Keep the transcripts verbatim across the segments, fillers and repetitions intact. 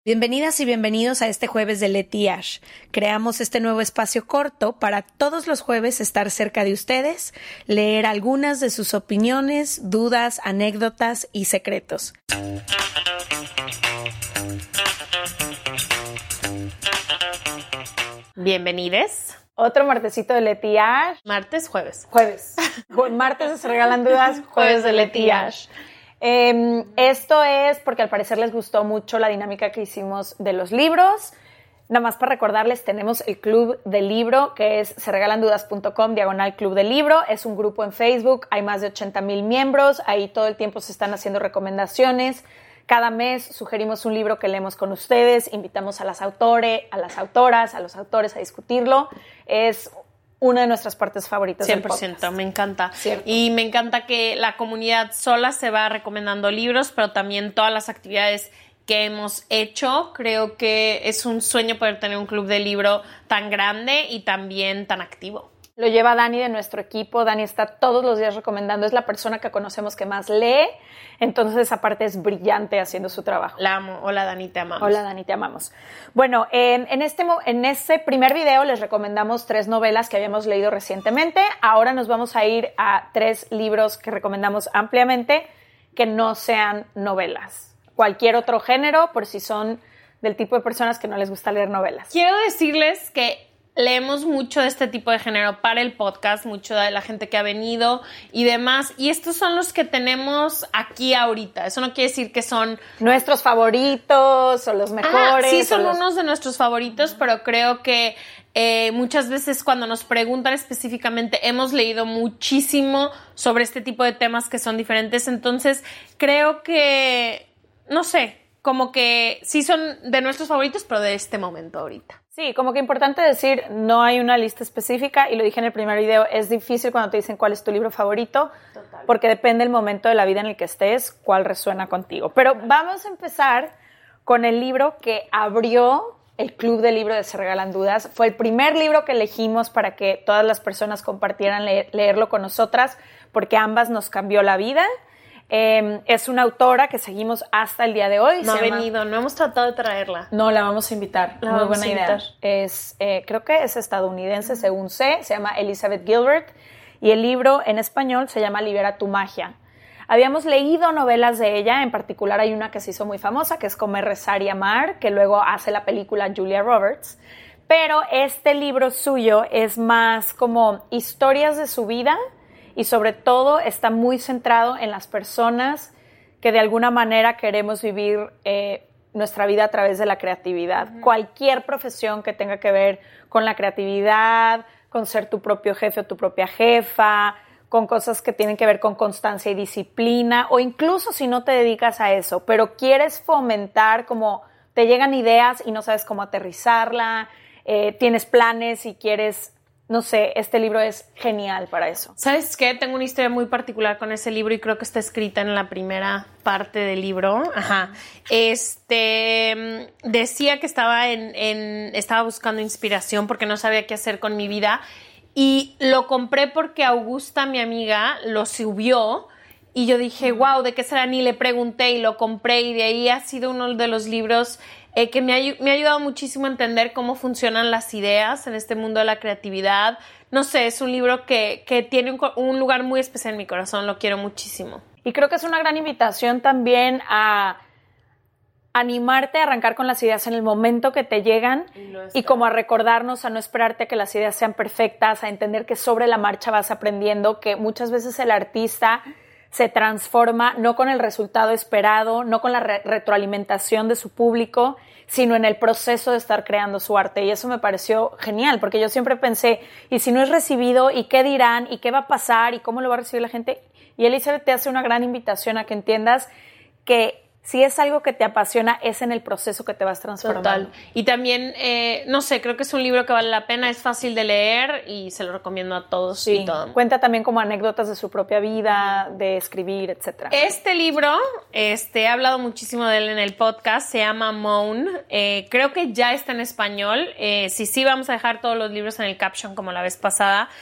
Bienvenidas y bienvenidos a este jueves de Leti Ash. Creamos este nuevo espacio corto para todos los jueves estar cerca de ustedes, leer algunas de sus opiniones, dudas, anécdotas y secretos. Bienvenides. Otro martesito de Leti Ash. Martes, jueves. Jueves. Martes se regalan dudas, jueves de Leti Ash. Eh, esto es porque al parecer les gustó mucho la dinámica que hicimos de los libros. Nada más para recordarles, tenemos el club del libro, que es seregalandudas punto com, diagonal club del libro. Es un grupo en Facebook, hay más de ochenta mil miembros, ahí todo el tiempo se están haciendo recomendaciones. Cada mes sugerimos un libro que leemos con ustedes, invitamos a las autores, a las autoras, a los autores a discutirlo. Es una de nuestras partes favoritas cien por ciento, del podcast. Me encanta. Cierto. Y me encanta que la comunidad sola se va recomendando libros, pero también todas las actividades que hemos hecho. Creo que es un sueño poder tener un club de libro tan grande y también tan activo. Lo lleva Dani de nuestro equipo. Dani está todos los días recomendando. Es la persona que conocemos que más lee. Entonces, esa parte es brillante haciendo su trabajo. La amo. Hola, Dani, te amamos. Hola, Dani, te amamos. Bueno, en, en, este, en este primer video les recomendamos tres novelas que habíamos leído recientemente. Ahora nos vamos a ir a tres libros que recomendamos ampliamente que no sean novelas. Cualquier otro género, por si son del tipo de personas que no les gusta leer novelas. Quiero decirles que leemos mucho de este tipo de género para el podcast, mucho de la gente que ha venido y demás, y estos son los que tenemos aquí ahorita. Eso no quiere decir que son nuestros favoritos o los mejores. Ah, sí, son los... unos de nuestros favoritos, pero creo que eh, muchas veces cuando nos preguntan específicamente, hemos leído muchísimo sobre este tipo de temas que son diferentes, entonces creo que, no sé, como que sí son de nuestros favoritos, pero de este momento ahorita. Sí, como que importante decir, no hay una lista específica, y lo dije en el primer video, es difícil cuando te dicen cuál es tu libro favorito, Total. Porque depende del momento de la vida en el que estés, cuál resuena contigo. Pero vamos a empezar con el libro que abrió el Club del Libro de Se Regalan Dudas. Fue el primer libro que elegimos para que todas las personas compartieran leer, leerlo con nosotras, porque ambas nos cambió la vida. Eh, es una autora que seguimos hasta el día de hoy. No Se ha llama... venido, no hemos tratado de traerla. No, la vamos a invitar. La Muy vamos buena a idea. invitar. Es, eh, creo que es estadounidense, según sé. Se llama Elizabeth Gilbert. Y el libro en español se llama Libera tu magia. Habíamos leído novelas de ella. En particular hay una que se hizo muy famosa, que es Comer, Rezar y Amar, que luego hace la película Julia Roberts. Pero este libro suyo es más como historias de su vida. Y sobre todo está muy centrado en las personas que de alguna manera queremos vivir eh, nuestra vida a través de la creatividad. Uh-huh. Cualquier profesión que tenga que ver con la creatividad, con ser tu propio jefe o tu propia jefa, con cosas que tienen que ver con constancia y disciplina, o incluso si no te dedicas a eso, pero quieres fomentar, como te llegan ideas y no sabes cómo aterrizarla, eh, tienes planes y quieres... No sé, este libro es genial para eso. ¿Sabes qué? Tengo una historia muy particular con ese libro y creo que está escrita en la primera parte del libro. Ajá. Este, decía que estaba, en, en, estaba buscando inspiración porque no sabía qué hacer con mi vida y lo compré porque Augusta, mi amiga, lo subió y yo dije, wow, ¿de qué será? Ni le pregunté y lo compré y de ahí ha sido uno de los libros Eh, que me ha, me ha ayudado muchísimo a entender cómo funcionan las ideas en este mundo de la creatividad. No sé, es un libro que, que tiene un, un lugar muy especial en mi corazón, lo quiero muchísimo. Y creo que es una gran invitación también a animarte a arrancar con las ideas en el momento que te llegan y, y como a recordarnos a no esperarte a que las ideas sean perfectas, a entender que sobre la marcha vas aprendiendo, que muchas veces el artista se transforma no con el resultado esperado, no con la re- retroalimentación de su público, sino en el proceso de estar creando su arte. Y eso me pareció genial, porque yo siempre pensé, ¿y si no es recibido? ¿Y qué dirán? ¿Y qué va a pasar? ¿Y cómo lo va a recibir la gente? Y Elizabeth te hace una gran invitación a que entiendas que si es algo que te apasiona, es en el proceso que te vas transformando. Total. Y también, eh, no sé, creo que es un libro que vale la pena, es fácil de leer y se lo recomiendo a todos. Sí, y todo. Cuenta también como anécdotas de su propia vida, de escribir, etcétera. Este libro, este, he hablado muchísimo de él en el podcast, se llama Moan. Eh, creo que ya está en español. Eh, sí, sí, vamos a dejar todos los libros en el caption como la vez pasada.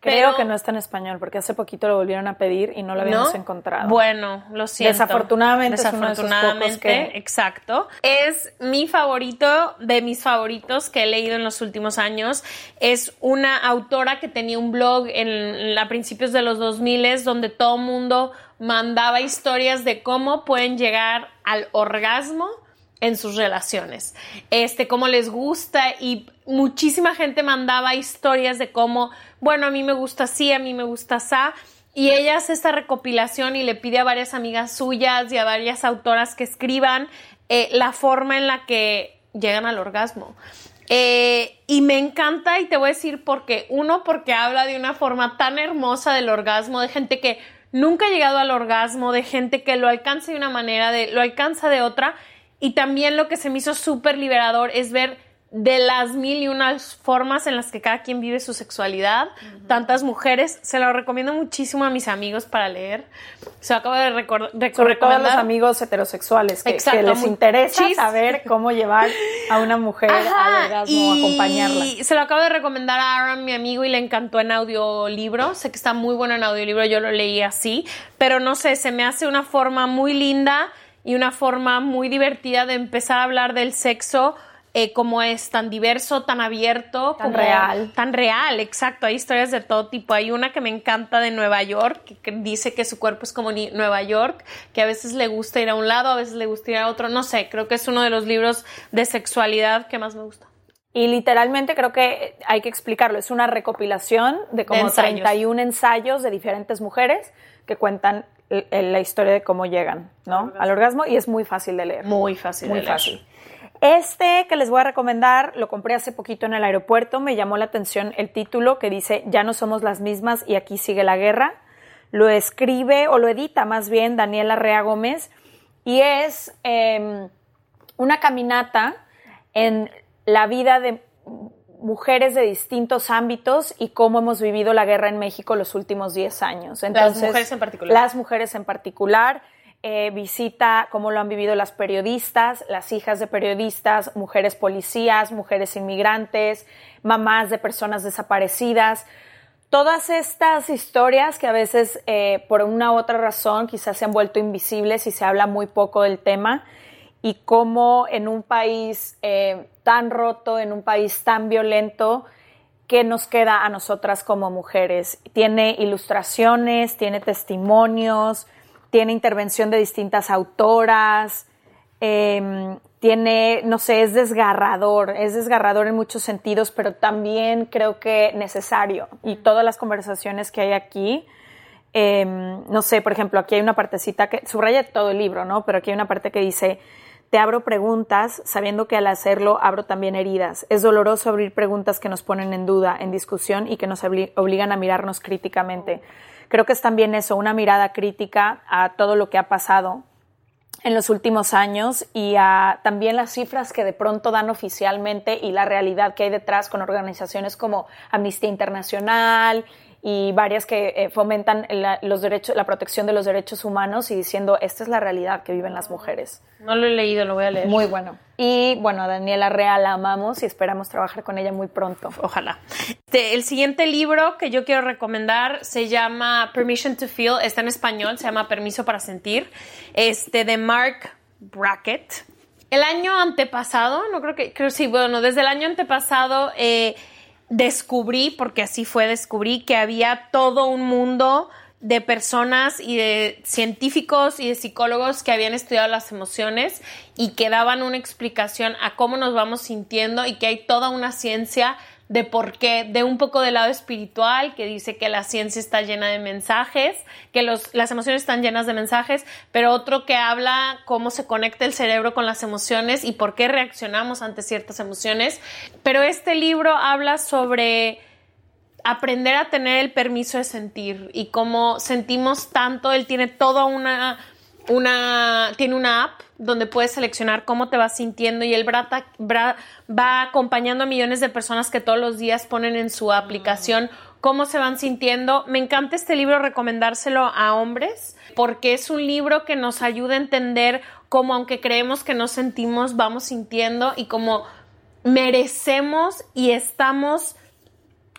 Creo pero, que no está en español, porque hace poquito lo volvieron a pedir y no lo habíamos ¿no? encontrado. Bueno, lo siento. Desafortunadamente, Desafortunadamente, es uno de esos pocos que... exacto. Es mi favorito, de mis favoritos que he leído en los últimos años. Es una autora que tenía un blog en, en a principios de los dos mil donde todo mundo mandaba historias de cómo pueden llegar al orgasmo en sus relaciones, este, cómo les gusta, y muchísima gente mandaba historias de cómo, bueno, a mí me gusta así, a mí me gusta así, y ella hace esta recopilación y le pide a varias amigas suyas y a varias autoras que escriban eh, la forma en la que llegan al orgasmo. Eh, y me encanta, y te voy a decir por qué. Uno, porque habla de una forma tan hermosa del orgasmo, de gente que nunca ha llegado al orgasmo, de gente que lo alcanza de una manera, de, lo alcanza de otra. Y también lo que se me hizo súper liberador es ver de las mil y unas formas en las que cada quien vive su sexualidad. Uh-huh. Tantas mujeres. Se lo recomiendo muchísimo a mis amigos para leer. Se lo acabo de recor- de Sobre todo a recomendar. los amigos heterosexuales que, Exacto, que les interesa chis. saber cómo llevar a una mujer Ajá, al orgasmo y o acompañarla. Se lo acabo de recomendar a Aaron, mi amigo, y le encantó en audiolibro. Sé que está muy bueno en audiolibro, yo lo leí así. Pero no sé, se me hace una forma muy linda y una forma muy divertida de empezar a hablar del sexo, eh, como es tan diverso, tan abierto, Tan como, real. Tan real, exacto. Hay historias de todo tipo. Hay una que me encanta de Nueva York, que, que dice que su cuerpo es como ni Nueva York, que a veces le gusta ir a un lado, a veces le gusta ir a otro. No sé, creo que es uno de los libros de sexualidad que más me gusta. Y literalmente creo que hay que explicarlo. Es una recopilación de como De ensayos. treinta y uno ensayos de diferentes mujeres que cuentan la historia de cómo llegan, ¿no? Al orgasmo, y es muy fácil de leer. Muy fácil Muy de leer. fácil. Este que les voy a recomendar lo compré hace poquito en el aeropuerto. Me llamó la atención el título que dice Ya no somos las mismas y aquí sigue la guerra. Lo escribe o lo edita más bien Daniela Rea Gómez y es eh, una caminata en la vida de mujeres de distintos ámbitos y cómo hemos vivido la guerra en México los últimos diez años. Entonces, las mujeres en particular. Las mujeres en particular. Eh, visita cómo lo han vivido las periodistas, las hijas de periodistas, mujeres policías, mujeres inmigrantes, mamás de personas desaparecidas. Todas estas historias que a veces eh, por una u otra razón quizás se han vuelto invisibles y se habla muy poco del tema, y cómo en un país eh, tan roto, en un país tan violento, ¿qué nos queda a nosotras como mujeres? Tiene ilustraciones, tiene testimonios, tiene intervención de distintas autoras, eh, tiene, no sé, es desgarrador, es desgarrador en muchos sentidos, pero también creo que necesario. Y todas las conversaciones que hay aquí, eh, no sé, por ejemplo, aquí hay una partecita que subraya todo el libro, ¿no? Pero aquí hay una parte que dice: te abro preguntas, sabiendo que al hacerlo abro también heridas. Es doloroso abrir preguntas que nos ponen en duda, en discusión y que nos obligan a mirarnos críticamente. Creo que es también eso, una mirada crítica a todo lo que ha pasado en los últimos años y a también las cifras que de pronto dan oficialmente y la realidad que hay detrás con organizaciones como Amnistía Internacional y varias que eh, fomentan la, los derechos, la protección de los derechos humanos y diciendo, esta es la realidad que viven las mujeres. No lo he leído, lo voy a leer. Muy bueno. Y bueno, a Daniela Rea la amamos y esperamos trabajar con ella muy pronto. Ojalá. Este, el siguiente libro que yo quiero recomendar se llama Permission to Feel, está en español, se llama Permiso para Sentir, este, de Mark Brackett. El año antepasado, no creo que, creo sí, bueno, desde el año antepasado eh, descubrí, porque así fue, descubrí que había todo un mundo de personas y de científicos y de psicólogos que habían estudiado las emociones y que daban una explicación a cómo nos vamos sintiendo, y que hay toda una ciencia de por qué, de un poco del lado espiritual, que dice que la ciencia está llena de mensajes, que los, las emociones están llenas de mensajes, pero otro que habla cómo se conecta el cerebro con las emociones y por qué reaccionamos ante ciertas emociones. Pero este libro habla sobre aprender a tener el permiso de sentir y cómo sentimos tanto. Él tiene toda una, una, tiene una app donde puedes seleccionar cómo te vas sintiendo, y él va, va, va acompañando a millones de personas que todos los días ponen en su aplicación cómo se van sintiendo. Me encanta este libro, recomendárselo a hombres, porque es un libro que nos ayuda a entender cómo, aunque creemos que no sentimos, vamos sintiendo, y cómo merecemos y estamos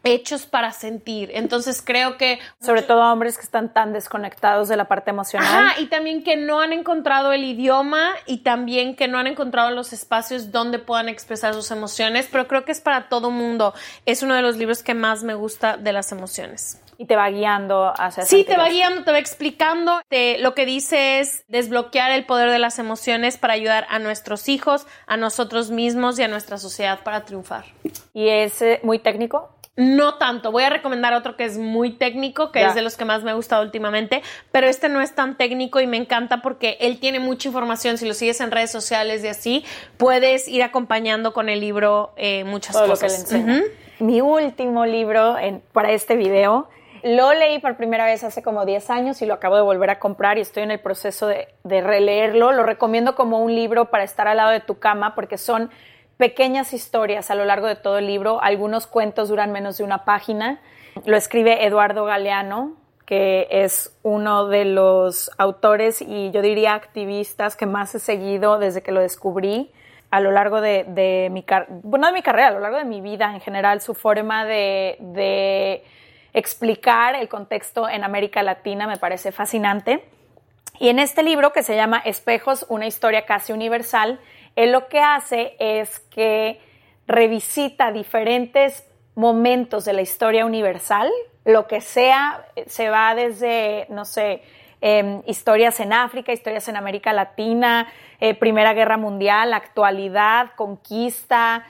hechos para sentir. Entonces creo que... Sobre todo hombres que están tan desconectados de la parte emocional. Ajá, y también que no han encontrado el idioma y también que no han encontrado los espacios donde puedan expresar sus emociones, pero creo que es para todo mundo. Es uno de los libros que más me gusta de las emociones. Y te va guiando hacia... Sí, te va guiando, te va explicando. Te, lo que dice es desbloquear el poder de las emociones para ayudar a nuestros hijos, a nosotros mismos y a nuestra sociedad para triunfar. ¿Y es eh, muy técnico? No tanto. Voy a recomendar otro que es muy técnico, que Ya. es de los que más me ha gustado últimamente, pero este no es tan técnico y me encanta porque él tiene mucha información. Si lo sigues en redes sociales y así, puedes ir acompañando con el libro eh, muchas Todo cosas. lo que le enseña. Uh-huh. Mi último libro en, para este video, lo leí por primera vez hace como diez años y lo acabo de volver a comprar y estoy en el proceso de, de releerlo. Lo recomiendo como un libro para estar al lado de tu cama porque son pequeñas historias a lo largo de todo el libro. Algunos cuentos duran menos de una página. Lo escribe Eduardo Galeano, que es uno de los autores y yo diría activistas que más he seguido desde que lo descubrí a lo largo de, de mi carrera, bueno, de mi carrera, a lo largo de mi vida en general. Su forma de, de explicar el contexto en América Latina me parece fascinante. Y en este libro, que se llama Espejos, una historia casi universal, él lo que hace es que revisita diferentes momentos de la historia universal, lo que sea, se va desde, no sé, eh, historias en África, historias en América Latina, eh, Primera Guerra Mundial, actualidad, conquista,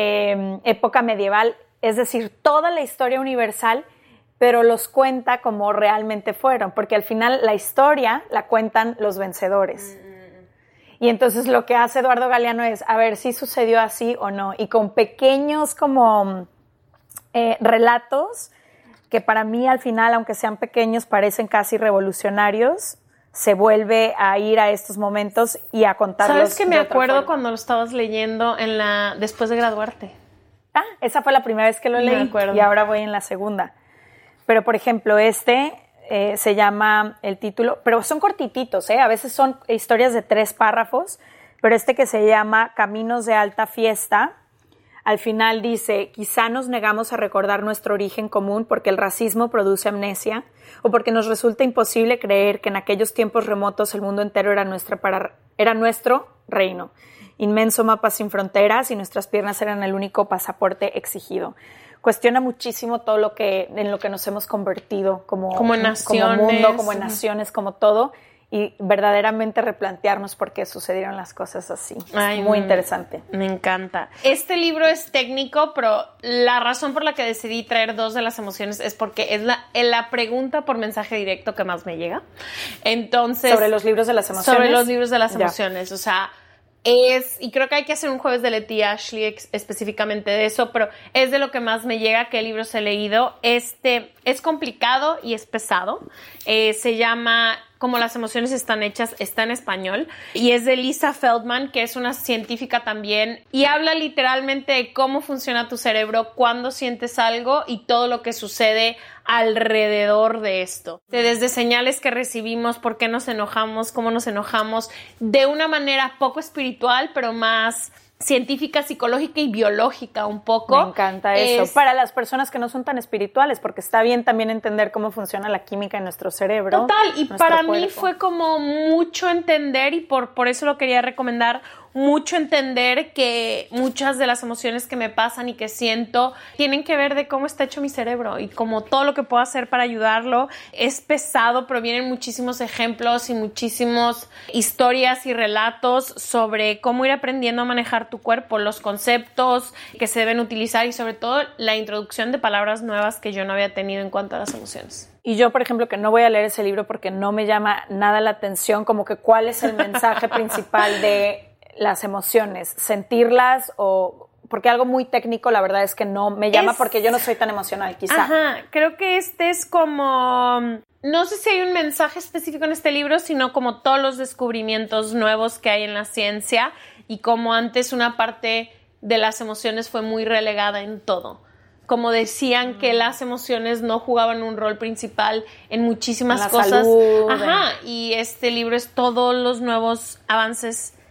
eh, época medieval, es decir, toda la historia universal, pero los cuenta como realmente fueron, porque al final la historia la cuentan los vencedores. Mm. Y entonces lo que hace Eduardo Galeano es, a ver si sucedió así o no, y con pequeños como eh, relatos que para mí al final, aunque sean pequeños, parecen casi revolucionarios, se vuelve a ir a estos momentos y a contarlos. ¿Sabes que me de otra acuerdo forma? cuando lo estabas leyendo en la después de graduarte? Ah, esa fue la primera vez que lo Me leí acuerdo. y ahora voy en la segunda. Pero, por ejemplo, este eh, se llama el título, pero son cortititos, ¿eh? A veces son historias de tres párrafos, pero este que se llama Caminos de Alta Fiesta, al final dice, quizá nos negamos a recordar nuestro origen común porque el racismo produce amnesia o porque nos resulta imposible creer que en aquellos tiempos remotos el mundo entero era, nuestra para, era nuestro reino. Inmenso mapa sin fronteras y nuestras piernas eran el único pasaporte exigido. Cuestiona muchísimo todo lo que en lo que nos hemos convertido como, como naciones, como mundo, como en naciones, como todo, y verdaderamente replantearnos por qué sucedieron las cosas así. Ay, es muy me, interesante. Me encanta. Este libro es técnico, pero la razón por la que decidí traer dos de las emociones es porque es la, la pregunta por mensaje directo que más me llega. Entonces, sobre los libros de las emociones. Sobre los libros de las Ya. emociones, o sea, es, y creo que hay que hacer un jueves de Leti Ashley ex, específicamente de eso, pero es de lo que más me llega, qué libros he leído. Este es complicado y es pesado. Eh, se llama Cómo las emociones están hechas, está en español, y es de Lisa Feldman, que es una científica también, y habla literalmente de cómo funciona tu cerebro cuando sientes algo y todo lo que sucede alrededor de esto. Desde señales que recibimos, por qué nos enojamos, cómo nos enojamos, de una manera poco espiritual, pero más científica, psicológica y biológica un poco. Me encanta eso. Es, para las personas que no son tan espirituales, porque está bien también entender cómo funciona la química en nuestro cerebro. Total, y nuestro para cuerpo. mí fue como mucho entender, y por, por eso lo quería recomendar, mucho entender que muchas de las emociones que me pasan y que siento tienen que ver de cómo está hecho mi cerebro y como todo lo que puedo hacer para ayudarlo. Es pesado, pero vienen muchísimos ejemplos y muchísimas historias y relatos sobre cómo ir aprendiendo a manejar tu cuerpo, los conceptos que se deben utilizar y sobre todo la introducción de palabras nuevas que yo no había tenido en cuanto a las emociones. Y yo, por ejemplo, que no voy a leer ese libro porque no me llama nada la atención, como que cuál es el mensaje principal de las emociones, sentirlas o... Porque algo muy técnico, la verdad es que no me llama es... porque yo no soy tan emocional, quizá. Ajá, creo que este es como... No sé si hay un mensaje específico en este libro, sino como todos los descubrimientos nuevos que hay en la ciencia y como antes una parte de las emociones fue muy relegada en todo. Como decían mm. que las emociones no jugaban un rol principal en muchísimas en la cosas. Salud, Ajá, y este libro es todos los nuevos avances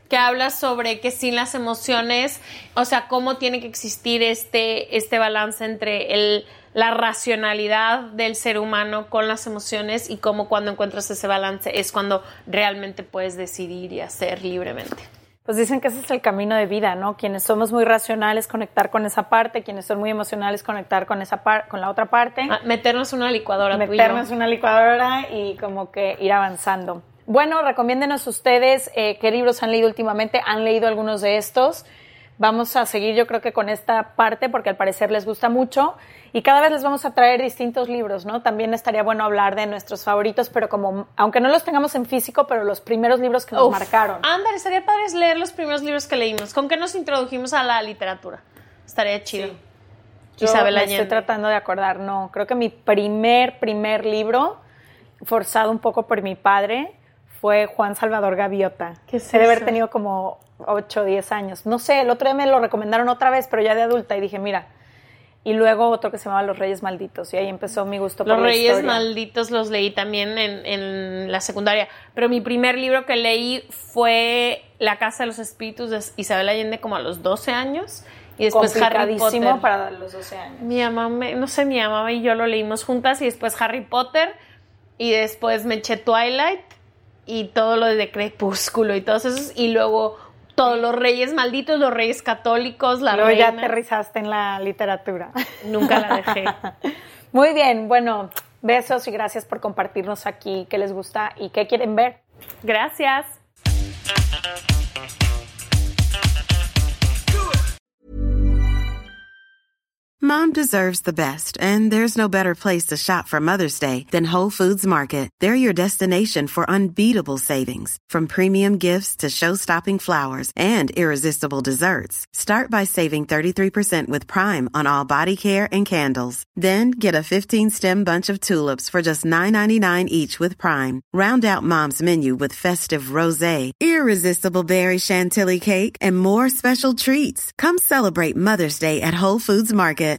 que habla sobre que sin las emociones, o sea, cómo tiene que existir este, este balance entre el, la racionalidad del ser humano con las emociones y cómo cuando encuentras ese balance es cuando realmente puedes decidir y hacer libremente. Pues dicen que ese es el camino de vida, ¿no? Quienes somos muy racionales, conectar con esa parte, quienes son muy emocionales, conectar con esa par- con la otra parte. Ah, meternos en una licuadora. Meternos en una licuadora y como que ir avanzando. Bueno, recomiéndenos ustedes eh, qué libros han leído últimamente. ¿Han leído algunos de estos? Vamos a seguir yo creo que con esta parte porque al parecer les gusta mucho y cada vez les vamos a traer distintos libros, ¿no? También estaría bueno hablar de nuestros favoritos, pero como, aunque no los tengamos en físico, pero los primeros libros que nos Uf, marcaron. Ándale, estaría padre leer los primeros libros que leímos. ¿Con qué nos introdujimos a la literatura? Estaría chido. Sí. Yo Isabel me Allende. estoy tratando de acordar, no, creo que mi primer, primer libro, forzado un poco por mi padre, fue Juan Salvador Gaviota. ¿Qué es Debe haber eso? tenido como ocho o diez años. No sé, el otro día me lo recomendaron otra vez, pero ya de adulta, y dije, mira. Y luego otro que se llamaba Los Reyes Malditos, y ahí empezó mi gusto Los por la Reyes historia. Malditos los leí también en, en la secundaria, pero mi primer libro que leí fue La Casa de los Espíritus de Isabel Allende como a los doce años y después Harry Complicadísimo Potter. para los doce años. Mi mamá, me, no sé, mi mamá y yo lo leímos juntas y después Harry Potter y después me eché Twilight y todo lo de Crepúsculo y todos esos y luego todos los Reyes Malditos, los Reyes Católicos, la Luego reina. ya aterrizaste en la literatura. Nunca la dejé. Muy bien, bueno, besos y gracias por compartirnos aquí qué les gusta y qué quieren ver. Gracias. Mom deserves the best, and there's no better place to shop for Mother's Day than Whole Foods Market. They're your destination for unbeatable savings, from premium gifts to show-stopping flowers and irresistible desserts. Start by saving thirty-three percent with Prime on all body care and candles. Then get a fifteen-stem bunch of tulips for just nine ninety-nine each with Prime. Round out Mom's menu with festive rosé, irresistible berry chantilly cake, and more special treats. Come celebrate Mother's Day at Whole Foods Market.